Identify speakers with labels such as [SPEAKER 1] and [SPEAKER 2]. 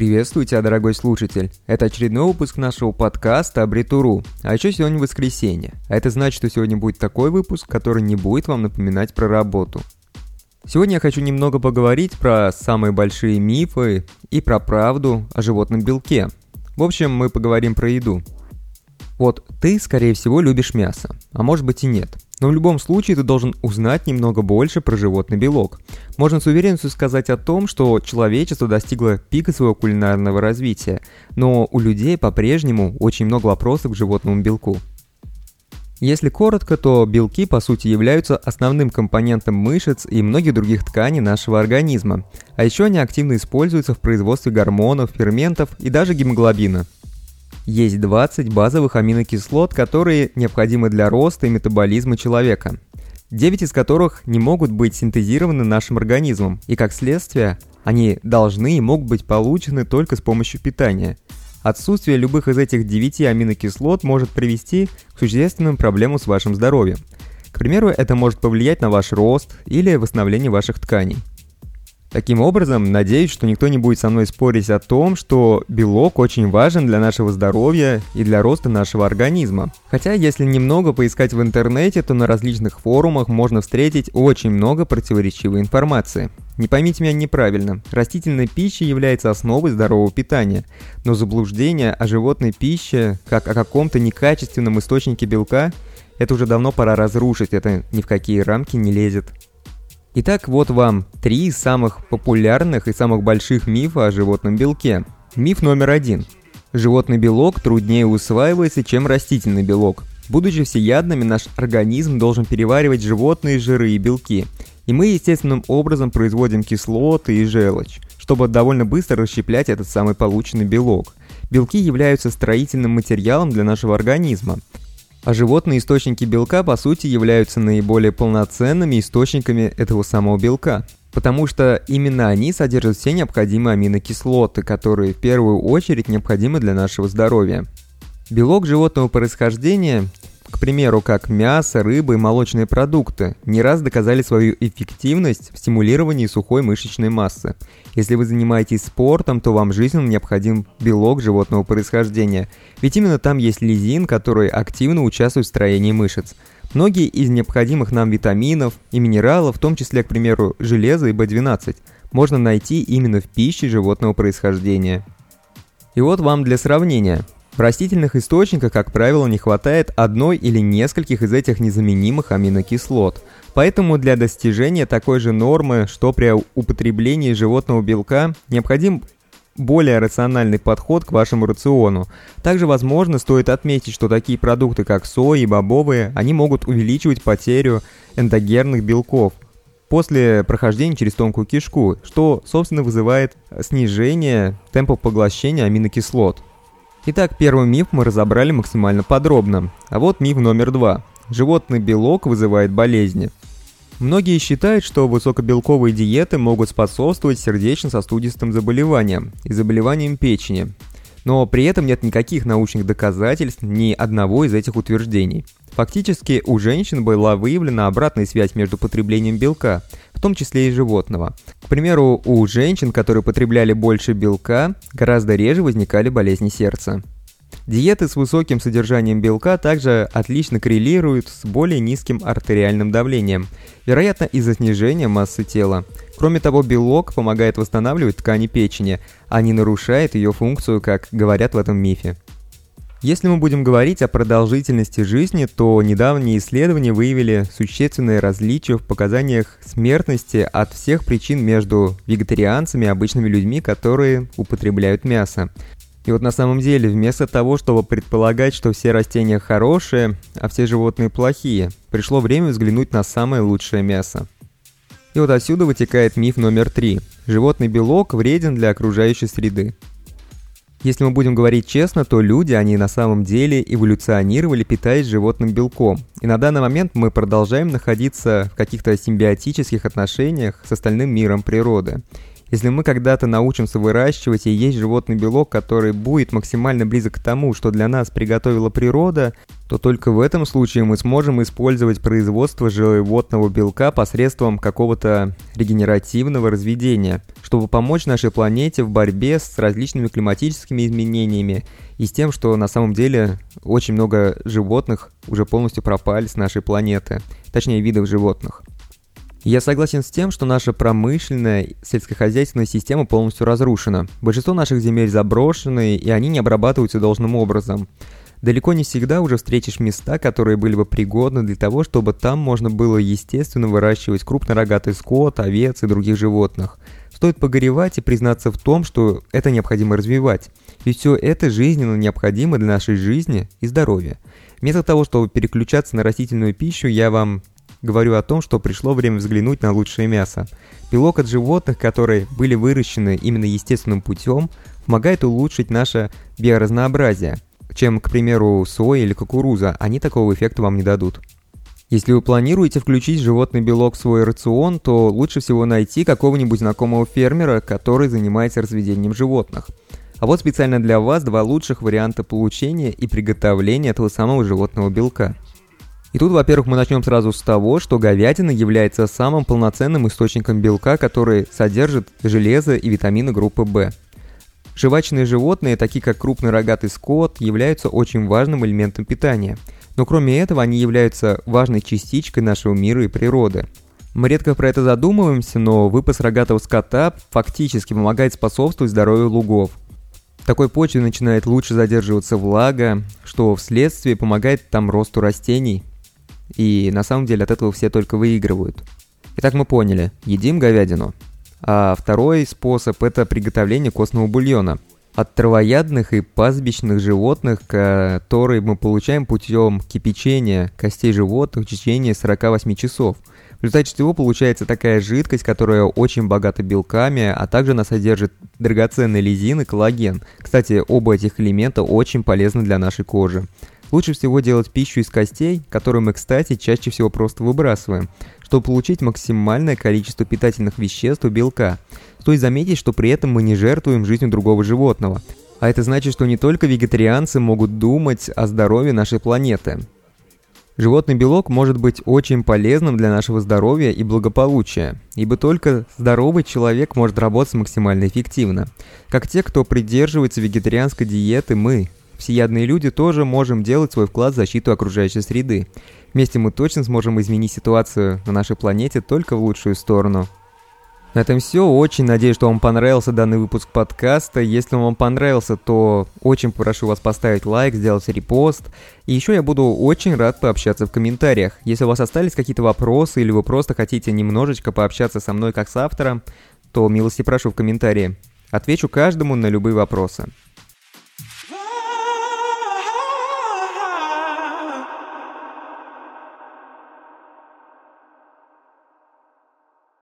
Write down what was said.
[SPEAKER 1] Приветствую тебя, дорогой слушатель. Это очередной выпуск нашего подкаста «Абритуру». А еще сегодня воскресенье. А это значит, что сегодня будет такой выпуск, который не будет вам напоминать про работу. Сегодня я хочу немного поговорить про самые большие мифы и про правду о животном белке. В общем, мы поговорим про еду. Вот ты, скорее всего, любишь мясо, а может быть и нет. Но в любом случае ты должен узнать немного больше про животный белок. Можно с уверенностью сказать о том, что человечество достигло пика своего кулинарного развития, но у людей по-прежнему очень много вопросов к животному белку. Если коротко, то белки по сути являются основным компонентом мышц и многих других тканей нашего организма, а еще они активно используются в производстве гормонов, ферментов и даже гемоглобина. Есть 20 базовых аминокислот, которые необходимы для роста и метаболизма человека, 9 из которых не могут быть синтезированы нашим организмом, и как следствие, они должны и могут быть получены только с помощью питания. Отсутствие любых из этих 9 аминокислот может привести к существенным проблемам с вашим здоровьем. К примеру, это может повлиять на ваш рост или восстановление ваших тканей. Таким образом, надеюсь, что никто не будет со мной спорить о том, что белок очень важен для нашего здоровья и для роста нашего организма. Хотя, если немного поискать в интернете, то на различных форумах можно встретить очень много противоречивой информации. Не поймите меня неправильно, растительная пища является основой здорового питания, но заблуждение о животной пище, как о каком-то некачественном источнике белка, это уже давно пора разрушить, это ни в какие рамки не лезет. Итак, вот вам 3 самых популярных и самых больших мифа о животном белке. Миф номер 1. Животный белок труднее усваивается, чем растительный белок. Будучи всеядными, наш организм должен переваривать животные жиры и белки. И мы естественным образом производим кислоты и желчь, чтобы довольно быстро расщеплять этот самый полученный белок. Белки являются строительным материалом для нашего организма. А животные источники белка, по сути, являются наиболее полноценными источниками этого самого белка, потому что именно они содержат все необходимые аминокислоты, которые в первую очередь необходимы для нашего здоровья. Белок животного происхождения, к примеру, как мясо, рыба и молочные продукты, не раз доказали свою эффективность в стимулировании сухой мышечной массы. Если вы занимаетесь спортом, то вам жизненно необходим белок животного происхождения, ведь именно там есть лизин, который активно участвует в строении мышц. Многие из необходимых нам витаминов и минералов, в том числе, к примеру, железа и B12, можно найти именно в пище животного происхождения. И вот вам для сравнения. В растительных источниках, как правило, не хватает одной или нескольких из этих незаменимых аминокислот. Поэтому для достижения такой же нормы, что при употреблении животного белка, необходим более рациональный подход к вашему рациону. Также, возможно, стоит отметить, что такие продукты, как соя и бобовые, они могут увеличивать потерю эндогенных белков после прохождения через тонкую кишку, что, собственно, вызывает снижение темпов поглощения аминокислот. Итак, первый миф мы разобрали максимально подробно. А вот миф номер 2. Животный белок вызывает болезни. Многие считают, что высокобелковые диеты могут способствовать сердечно-сосудистым заболеваниям и заболеваниям печени. Но при этом нет никаких научных доказательств ни одного из этих утверждений. Фактически у женщин была выявлена обратная связь между потреблением белка, в том числе и животного. К примеру, у женщин, которые потребляли больше белка, гораздо реже возникали болезни сердца. Диеты с высоким содержанием белка также отлично коррелируют с более низким артериальным давлением, вероятно, из-за снижения массы тела. Кроме того, белок помогает восстанавливать ткани печени, а не нарушает ее функцию, как говорят в этом мифе. Если мы будем говорить о продолжительности жизни, то недавние исследования выявили существенные различия в показаниях смертности от всех причин между вегетарианцами и обычными людьми, которые употребляют мясо. И вот на самом деле, вместо того, чтобы предполагать, что все растения хорошие, а все животные плохие, пришло время взглянуть на самое лучшее мясо. И вот отсюда вытекает миф номер 3. Животный белок вреден для окружающей среды. Если мы будем говорить честно, то люди, они на самом деле эволюционировали, питаясь животным белком. И на данный момент мы продолжаем находиться в каких-то симбиотических отношениях с остальным миром природы. Если мы когда-то научимся выращивать и есть животный белок, который будет максимально близок к тому, что для нас приготовила природа, то только в этом случае мы сможем использовать производство животного белка посредством какого-то регенеративного разведения, чтобы помочь нашей планете в борьбе с различными климатическими изменениями и с тем, что на самом деле очень много животных уже полностью пропали с нашей планеты, точнее видов животных. Я согласен с тем, что наша промышленная сельскохозяйственная система полностью разрушена. Большинство наших земель заброшены, и они не обрабатываются должным образом. Далеко не всегда уже встретишь места, которые были бы пригодны для того, чтобы там можно было естественно выращивать крупнорогатый скот, овец и других животных. Стоит погоревать и признаться в том, что это необходимо развивать. Ведь все это жизненно необходимо для нашей жизни и здоровья. Вместо того, чтобы переключаться на растительную пищу, я вам говорю о том, что пришло время взглянуть на лучшее мясо. Белок от животных, которые были выращены именно естественным путем, помогает улучшить наше биоразнообразие, чем, к примеру, соя или кукуруза. Они такого эффекта вам не дадут. Если вы планируете включить животный белок в свой рацион, то лучше всего найти какого-нибудь знакомого фермера, который занимается разведением животных. А вот специально для вас 2 лучших варианта получения и приготовления этого самого животного белка. И тут, во-первых, мы начнем сразу с того, что говядина является самым полноценным источником белка, который содержит железо и витамины группы В. Жвачные животные, такие как крупный рогатый скот, являются очень важным элементом питания. Но кроме этого, они являются важной частичкой нашего мира и природы. Мы редко про это задумываемся, но выпас рогатого скота фактически помогает способствовать здоровью лугов. В такой почве начинает лучше задерживаться влага, что вследствие помогает там росту растений. И на самом деле от этого все только выигрывают. Итак, мы поняли, едим говядину. А второй способ – это приготовление костного бульона от травоядных и пастбищных животных, которые мы получаем путем кипячения костей животных в течение 48 часов. В результате чего получается такая жидкость, которая очень богата белками, а также она содержит драгоценный лизин и коллаген. Кстати, оба этих элемента очень полезны для нашей кожи. Лучше всего делать пищу из костей, которую мы, кстати, чаще всего просто выбрасываем, чтобы получить максимальное количество питательных веществ у белка. Стоит заметить, что при этом мы не жертвуем жизнью другого животного. А это значит, что не только вегетарианцы могут думать о здоровье нашей планеты. Животный белок может быть очень полезным для нашего здоровья и благополучия, ибо только здоровый человек может работать максимально эффективно. Как те, кто придерживается вегетарианской диеты, мы, всеядные люди, тоже можем делать свой вклад в защиту окружающей среды. Вместе мы точно сможем изменить ситуацию на нашей планете только в лучшую сторону. На этом все. Очень надеюсь, что вам понравился данный выпуск подкаста. Если он вам понравился, то очень прошу вас поставить лайк, сделать репост. И еще я буду очень рад пообщаться в комментариях. Если у вас остались какие-то вопросы или вы просто хотите немножечко пообщаться со мной как с автором, то милости прошу в комментарии. Отвечу каждому на любые вопросы.